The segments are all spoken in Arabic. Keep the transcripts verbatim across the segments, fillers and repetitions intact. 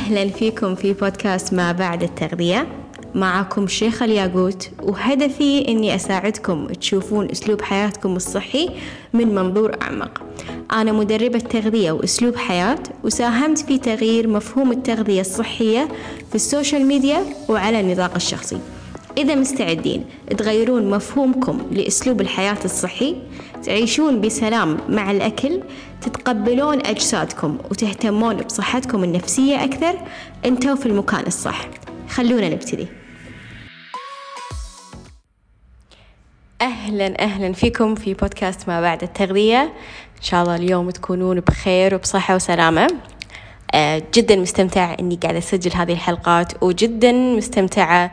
أهلا فيكم في بودكاست ما بعد التغذية. معكم شيخة الياقوت، وهدفي أني أساعدكم تشوفون أسلوب حياتكم الصحي من منظور أعمق. أنا مدربة تغذية وأسلوب حياة، وساهمت في تغيير مفهوم التغذية الصحية في السوشيال ميديا وعلى النطاق الشخصي. إذا مستعدين تغيرون مفهومكم لأسلوب الحياة الصحي، تعيشون بسلام مع الأكل، تتقبلون أجسادكم وتهتمون بصحتكم النفسية أكثر، أنتوا في المكان الصح. خلونا نبتدي. أهلا أهلا فيكم في بودكاست ما بعد التغذية. إن شاء الله اليوم تكونون بخير وبصحة وسلامة. أه جدا مستمتعة أني قاعدة أسجل هذه الحلقات، وجدا مستمتعة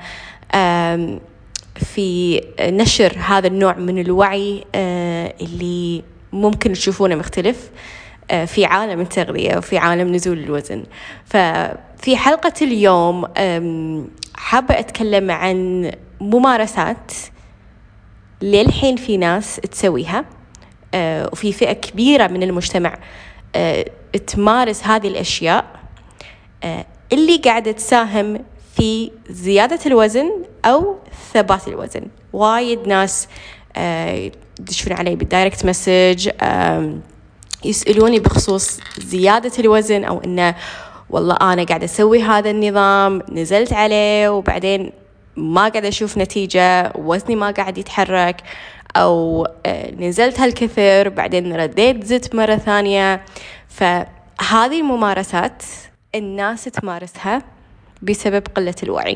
في نشر هذا النوع من الوعي اللي ممكن تشوفونه مختلف في عالم التغذية وفي عالم نزول الوزن. ففي حلقة اليوم حابة أتكلم عن ممارسات للحين في ناس تسويها، وفي فئة كبيرة من المجتمع تمارس هذه الأشياء اللي قاعدة تساهم في زيادة الوزن أو ثبات الوزن. وايد ناس يدشون علي بالدايركت مسج يسألوني بخصوص زيادة الوزن، أو إنه والله أنا قاعدة أسوي هذا النظام، نزلت عليه وبعدين ما قاعدة أشوف نتيجة، وزني ما قاعد يتحرك، أو نزلت هالكثر بعدين رديت زدت مرة ثانية. فهذه الممارسات الناس تمارسها بسبب قلة الوعي،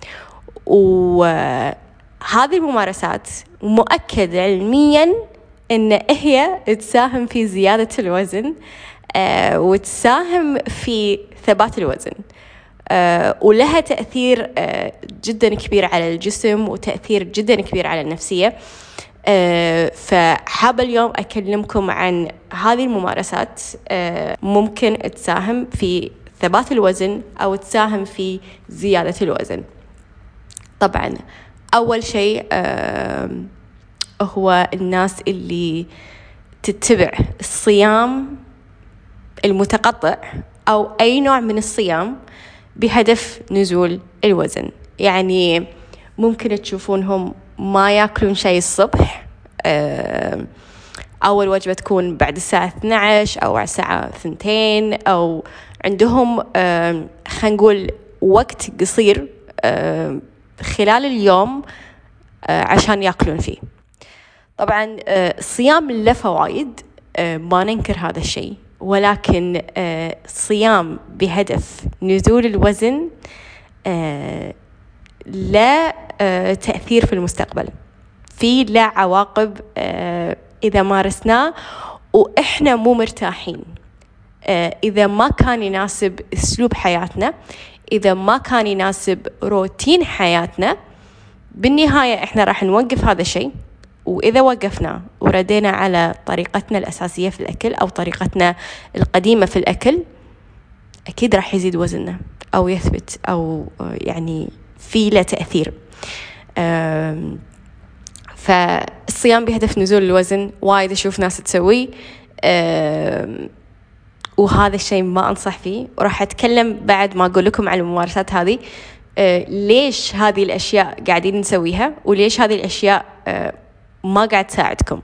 وهذه الممارسات مؤكد علميا إن هي تساهم في زيادة الوزن آه وتساهم في ثبات الوزن، آه ولها تأثير آه جدا كبير على الجسم، وتأثير جدا كبير على النفسية. آه فحابة اليوم أكلمكم عن هذه الممارسات آه ممكن تساهم في ثبات الوزن أو تساهم في زيادة الوزن. طبعا أول شيء آه هو الناس اللي تتبع الصيام المتقطع أو أي نوع من الصيام بهدف نزول الوزن. يعني ممكن تشوفونهم ما يأكلون شيء الصبح، آه أول وجبة تكون بعد الساعة اثنتي عشرة أو على الساعة اثنتين، أو عندهم آه خلينا نقول وقت قصير آه خلال اليوم آه عشان يأكلون فيه. طبعا آه الصيام له فوائد، آه ما ننكر هذا الشيء، ولكن آه الصيام بهدف نزول الوزن آه لا آه تأثير في المستقبل، في لا عواقب آه إذا مارسناه وإحنا مو مرتاحين، آه إذا ما كان يناسب أسلوب حياتنا، إذا ما كان يناسب روتين حياتنا. بالنهاية إحنا راح نوقف هذا الشيء، وإذا وقفنا وردينا على طريقتنا الأساسية في الأكل أو طريقتنا القديمة في الأكل، أكيد راح يزيد وزننا أو يثبت، أو يعني في له تأثير. فالصيام بهدف نزول الوزن وايد أشوف ناس تسويه، وهذا الشيء ما أنصح فيه، وراح أتكلم بعد ما أقول لكم عن الممارسات هذه ليش هذه الأشياء قاعدين نسويها، وليش هذه الأشياء ما قاعد تساعدكم.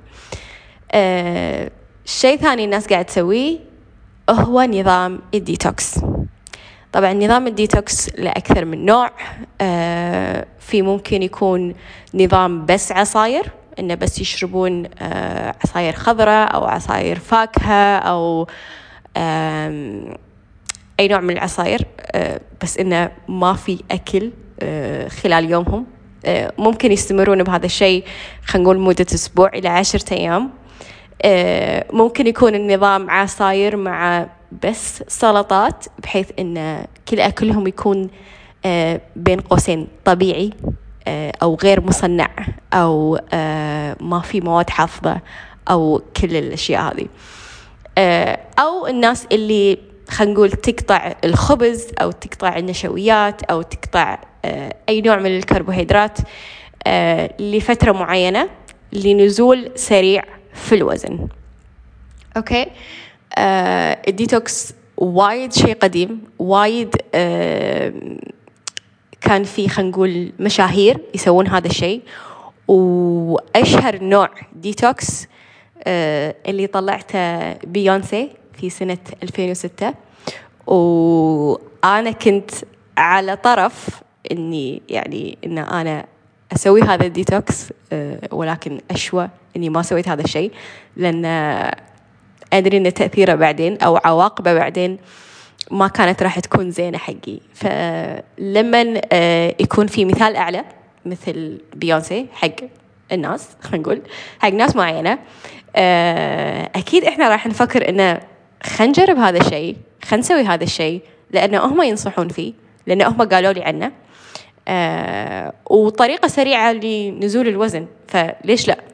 شيء ثاني الناس قاعد تسويه هو نظام الديتوكس. طبعا نظام الديتوكس لأكثر من نوع، آه في ممكن يكون نظام بس عصاير، إنه بس يشربون آه عصاير خضراء أو عصاير فاكهة أو آه أي نوع من العصاير، آه بس إنه ما في أكل آه خلال يومهم. آه ممكن يستمرون بهذا الشيء خلينا نقول مدة أسبوع إلى عشرة أيام. آه ممكن يكون النظام عصاير مع بس سلطات، بحيث إن كل أكلهم يكون آه بين قوسين طبيعي آه أو غير مصنع، أو آه ما في مواد حافظة، أو كل الأشياء هذه. آه أو الناس اللي خلينا نقول تقطع الخبز، أو تقطع النشويات، أو تقطع آه أي نوع من الكربوهيدرات آه لفترة معينة لنزول سريع في الوزن. أوكي. آه الديتوكس وايد شيء قديم، وايد آه كان في خلينا نقول مشاهير يسوون هذا الشيء. وأشهر نوع ديتوكس آه اللي طلعته بيونسي في سنة ألفين وستة، وأنا كنت على طرف إني يعني إن أنا أسوي هذا الديتوكس، آه ولكن أشوى إني ما سويت هذا الشيء، لأن أدري إن تأثيره بعدين أو عواقبه بعدين ما كانت راح تكون زينة حقي. فلما آه يكون في مثال أعلى مثل بيونسي حق الناس، خلينا نقول حق ناس معينة، آه أكيد إحنا راح نفكر إنه خلينا نجرب هذا الشيء، خلينا نسوي هذا الشيء، لأنه هم ينصحون فيه، لأنه هم قالوا لي عنه، آه وطريقة سريعة لنزول الوزن، فليش لا؟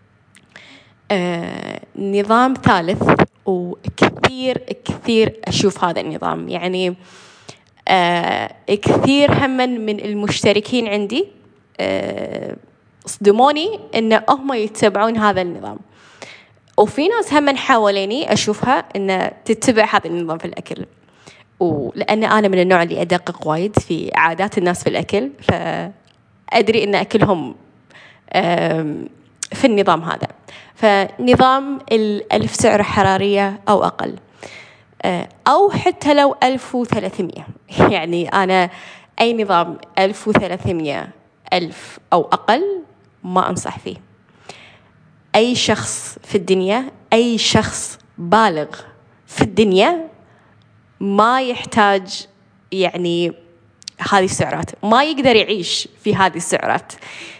آه نظام ثالث وكثير كثير أشوف هذا النظام، يعني آه كثير هم من المشتركين عندي آه صدموني إن هم يتبعون هذا النظام، وفي ناس هم حواليني أشوفها إن تتبع هذا النظام في الأكل، ولأن أنا من النوع اللي أدقق وايد في عادات الناس في الأكل، فأدري إن أكلهم آه في النظام هذا. فنظام الألف سعرة حرارية أو أقل، أو حتى لو ألف وثلاثمية، يعني أنا أي نظام ألف وثلاثمية ألف أو أقل ما أنصح فيه. أي شخص في الدنيا، أي شخص بالغ في الدنيا ما يحتاج يعني هذه السعرات، ما يقدر يعيش في هذه السعرات،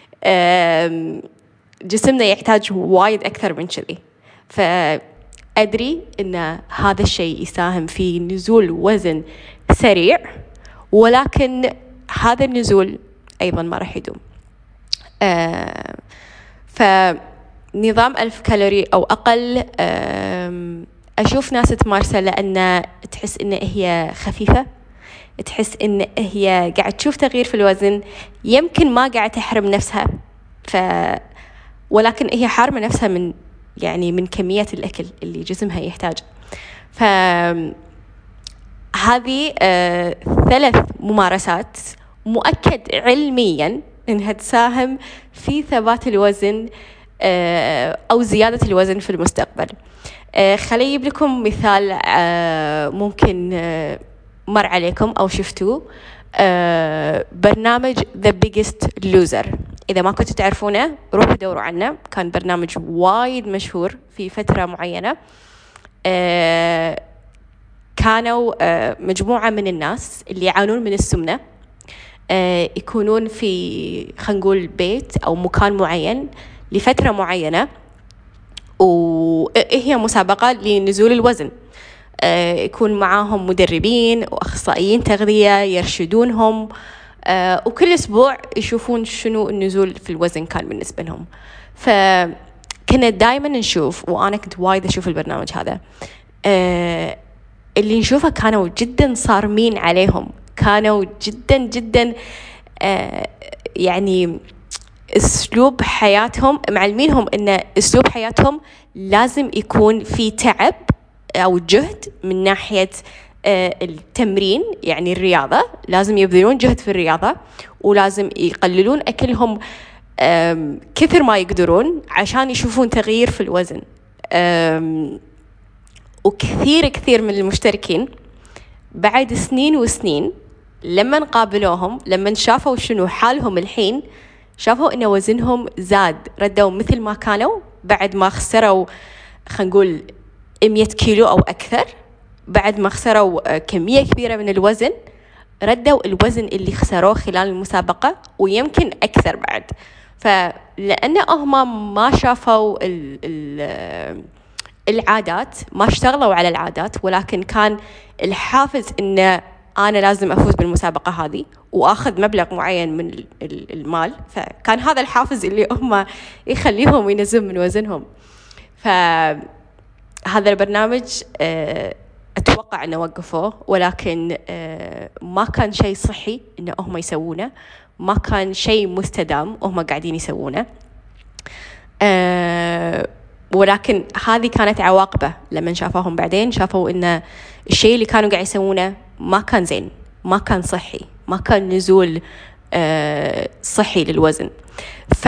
جسمنا يحتاج وايد أكثر من كذي. فأدري إن هذا الشيء يساهم في نزول وزن سريع، ولكن هذا النزول أيضا ما راح يدوم. آه فنظام ألف كالوري أو أقل أشوف ناس تمارسه لأن تحس إن هي خفيفة، تحس إن هي قاعد تشوف تغيير في الوزن، يمكن ما قاعد تحرم نفسها، ف ولكن هي حارمة نفسها من يعني من كمية الأكل اللي جسمها يحتاج. فهذه آه ثلاث ممارسات مؤكد علميا إنها تساهم في ثبات الوزن آه أو زيادة الوزن في المستقبل. آه خليني أجيب لكم مثال آه ممكن آه مر عليكم أو شفتوه، آه برنامج The Biggest Loser. إذا ما كنتوا تعرفونه روحوا دوروا عنه، كان برنامج وايد مشهور في فترة معينة. آه كانوا آه مجموعة من الناس اللي يعانون من السمنة، آه يكونون في خلينا نقول بيت أو مكان معين لفترة معينة، وهي مسابقة لنزول الوزن. آه يكون معاهم مدربين وأخصائيين تغذية يرشدونهم، آه وكل أسبوع يشوفون شنو النزول في الوزن كان بالنسبة لهم. فكنا دايما نشوف، وأنا كنت وايد أشوف البرنامج هذا، آه اللي نشوفه كانوا جدا صارمين عليهم، كانوا جدا جدا آه يعني أسلوب حياتهم معلمينهم إن أسلوب حياتهم لازم يكون في تعب أو جهد من ناحية التمرين، يعني الرياضة لازم يبذلون جهد في الرياضة، ولازم يقللون أكلهم كثر ما يقدرون عشان يشوفون تغيير في الوزن. وكثير كثير من المشتركين بعد سنين وسنين لما نقابلوهم، لما شافوا شنو حالهم الحين، شافوا إن وزنهم زاد، ردوا مثل ما كانوا بعد ما خسروا خلينا نقول مية كيلو أو أكثر. بعد ما خسروا كمية كبيرة من الوزن ردوا الوزن اللي خسروه خلال المسابقة ويمكن أكثر بعد. فلأن هم ما شافوا ال ال العادات، ما اشتغلوا على العادات، ولكن كان الحافز إن أنا لازم أفوز بالمسابقة هذه وأخذ مبلغ معين من المال، فكان هذا الحافز اللي هم يخليهم ينزلون من وزنهم. فهذا البرنامج أتوقع أنه وقفوه، ولكن ما كان شيء صحي إنه هم يسوونه، ما كان شيء مستدام وهم قاعدين يسوونه. ولكن هذه كانت عواقبه لما شافوهم بعدين، شافوا إن الشيء اللي كانوا قاعد يسوونه ما كان زين، ما كان صحي، ما كان نزول آه صحي للوزن. ف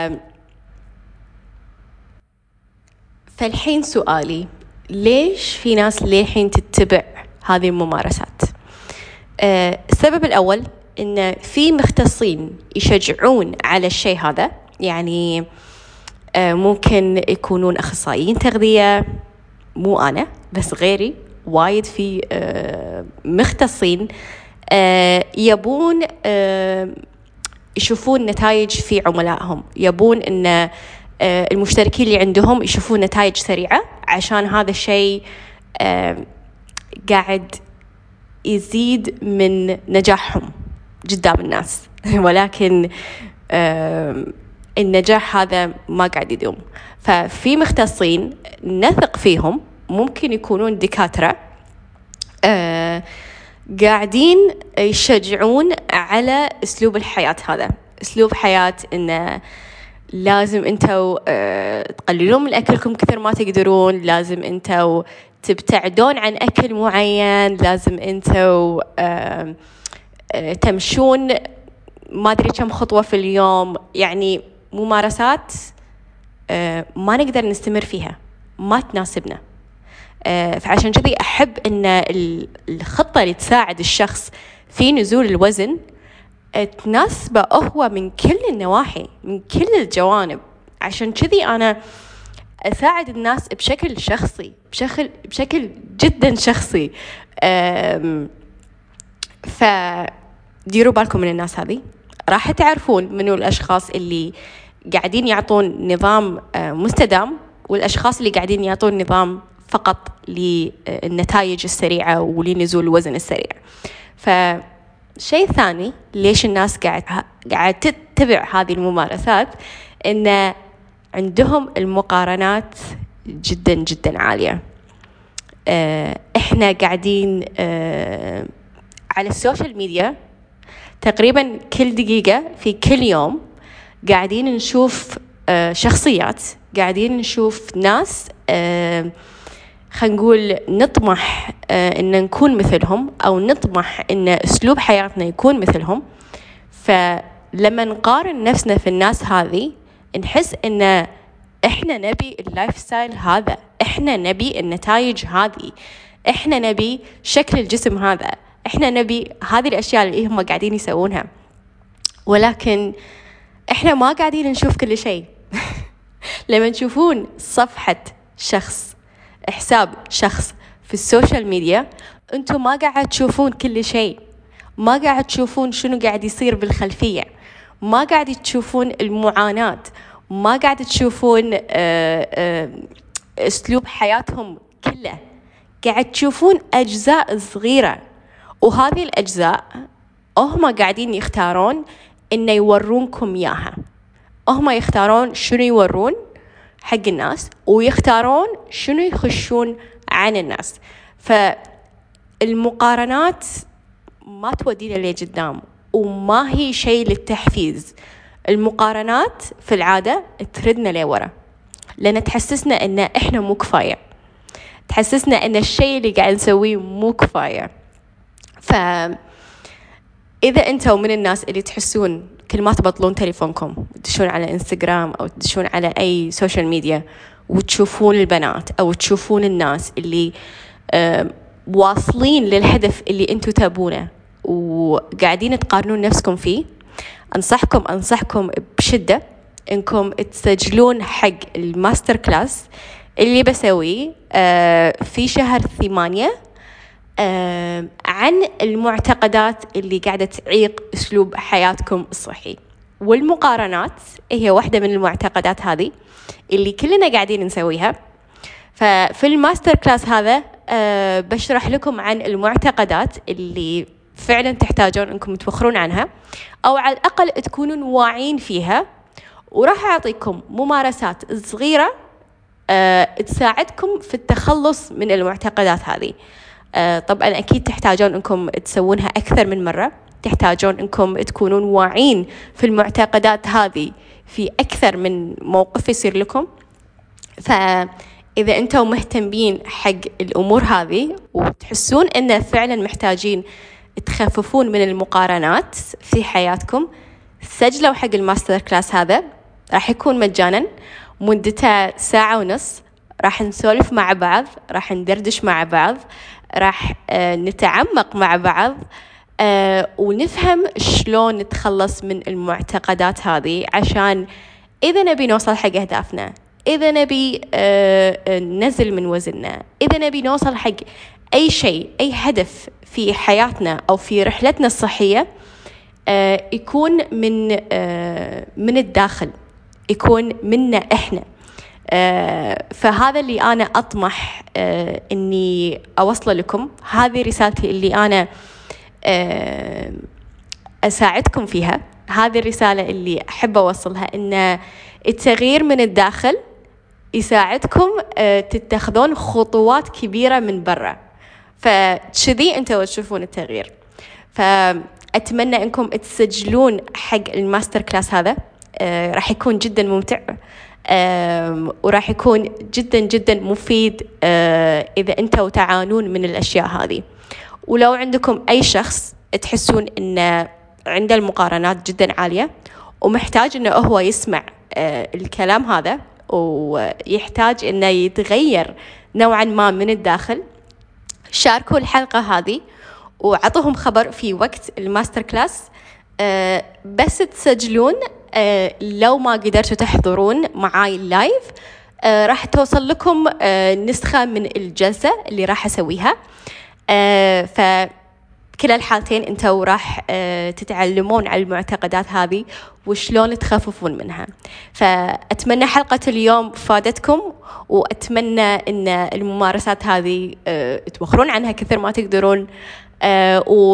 فالحين سؤالي، ليش في ناس للحين تتبع هذه الممارسات؟ آه السبب الأول إن في مختصين يشجعون على الشيء هذا، يعني آه ممكن يكونون أخصائيين تغذية، مو أنا بس غيري وايد في آه مختصين آه يبون آه يشوفون نتائج في عملائهم، يبون إن آه المشتركين اللي عندهم يشوفون نتائج سريعة، عشان هذا الشيء آه قاعد يزيد من نجاحهم قدام الناس. ولكن آه النجاح هذا ما قاعد يدوم. ففي مختصين نثق فيهم، ممكن يكونون دكاترة آه قاعدين يشجعون على أسلوب الحياة هذا، أسلوب حياة إنه لازم أنتوا أه تقللون من أكلكم كثر ما تقدرون، لازم أنتوا تبتعدون عن أكل معين، لازم أنتوا أه أه تمشون ما أدري كم خطوة في اليوم. يعني ممارسات أه ما نقدر نستمر فيها، ما تناسبنا. أه فعشان كذي أحب أن الخطة اللي تساعد الشخص في نزول الوزن تناسبه هو من كل النواحي، من كل الجوانب. عشان كذي أنا أساعد الناس بشكل شخصي، بشكل بشكل جدا شخصي. فديروا بالكم من الناس هذه، راح تعرفون منو الأشخاص اللي قاعدين يعطون نظام مستدام، والأشخاص اللي قاعدين يعطون نظام فقط للنتائج السريعة ولنزول الوزن السريع. ف شيء ثاني ليش الناس قاعد قاعد تتبع هذه الممارسات، إن عندهم المقارنات جدا جدا عالية. اه إحنا قاعدين اه على السوشيال ميديا تقريبا كل دقيقة في كل يوم قاعدين نشوف اه شخصيات، قاعدين نشوف ناس اه خلينا نقول نطمح آه إن نكون مثلهم، أو نطمح إن أسلوب حياتنا يكون مثلهم. فلما نقارن نفسنا في الناس هذه نحس إن إحنا نبي اللايف ستايل هذا، إحنا نبي النتائج هذه، إحنا نبي شكل الجسم هذا، إحنا نبي هذه الأشياء اللي هم قاعدين يسوونها. ولكن إحنا ما قاعدين نشوف كل شيء. لما تشوفون صفحة شخص، حساب شخص في السوشيال ميديا، أنتم ما قاعد تشوفون كل شيء، ما قاعد تشوفون شنو قاعد يصير بالخلفية، ما قاعد تشوفون المعاناة، ما قاعد تشوفون أسلوب حياتهم كله، قاعد تشوفون أجزاء صغيرة. وهذه الأجزاء هم قاعدين يختارون إنه يورونكم إياها، هم يختارون شنو يورون حق الناس، ويختارون شنو يخشون عن الناس. فالمقارنات ما تودينا لقدام، وما هي شيء للتحفيز. المقارنات في العادة تردنا لورا، لأن تحسسنا إن إحنا مو كفاية، تحسسنا إن الشيء اللي قاعد نسويه مو كفاية. فإذا أنتوا من الناس اللي تحسون كل ما تبطلون تليفونكم تدشون على إنستغرام أو تدشون على أي سوشيال ميديا وتشوفون البنات أو تشوفون الناس اللي آه واصلين للهدف اللي أنتوا تبونه وقاعدين تقارنون نفسكم فيه، أنصحكم أنصحكم بشدة إنكم تسجلون حق الماستر كلاس اللي بسويه آه في شهر ثمانية آه عن المعتقدات اللي قاعدة تعيق أسلوب حياتكم الصحي. والمقارنات هي واحدة من المعتقدات هذه اللي كلنا قاعدين نسويها. ففي الماستر كلاس هذا أه بشرح لكم عن المعتقدات اللي فعلا تحتاجون انكم توخرون عنها، او على الاقل تكونون واعين فيها، وراح اعطيكم ممارسات صغيرة أه تساعدكم في التخلص من المعتقدات هذه. أه طبعا اكيد تحتاجون انكم تسوونها اكثر من مرة، تحتاجون انكم تكونون واعين في المعتقدات هذه في اكثر من موقف يصير لكم، فإذا أنتم مهتمين حق الأمور هذه وتحسون أن فعلا محتاجين تخففون من المقارنات في حياتكم، سجلوا حق الماستر كلاس هذا. راح يكون مجانا، مدته ساعة ونص، راح نسولف مع بعض، راح ندردش مع بعض، راح آه نتعمق مع بعض، آه ونفهم شلون نتخلص من المعتقدات هذه، عشان إذا نبي نوصل حق أهدافنا، إذا نبي آه ننزل من وزننا، إذا نبي نوصل حق أي شيء، أي هدف في حياتنا أو في رحلتنا الصحية، آه يكون من آه من الداخل، يكون منا إحنا. آه فهذا اللي أنا أطمح آه إني أوصله لكم. هذه رسالتي اللي أنا آه أساعدكم فيها. هذه الرسالة اللي أحب أوصلها، إن التغيير من الداخل يساعدكم آه تتخذون خطوات كبيرة من برا، فكذي أنتوا تشوفون التغيير. فأتمنى أنكم تسجلون حق الماستر كلاس هذا. آه راح يكون جدا ممتع، آه وراح يكون جدا جدا مفيد آه إذا أنتوا تعانون من الأشياء هذه. ولو عندكم أي شخص تحسون أن عنده المقارنات جدا عالية ومحتاج أنه هو يسمع آه الكلام هذا، ويحتاج أنه يتغير نوعا ما من الداخل، شاركوا الحلقة هذه وعطوهم خبر في وقت الماستر كلاس. أه بس تسجلون. أه لو ما قدرتوا تحضرون معاي اللايف، أه راح توصل لكم أه نسخة من الجلسة اللي راح أسويها. أه فكل الحالتين أنتوا راح أه تتعلمون على المعتقدات هذه وشلون تخففون منها. فأتمنى حلقة اليوم فادتكم، وأتمنى أن الممارسات هذه أه توخرون عنها كثر ما تقدرون. أه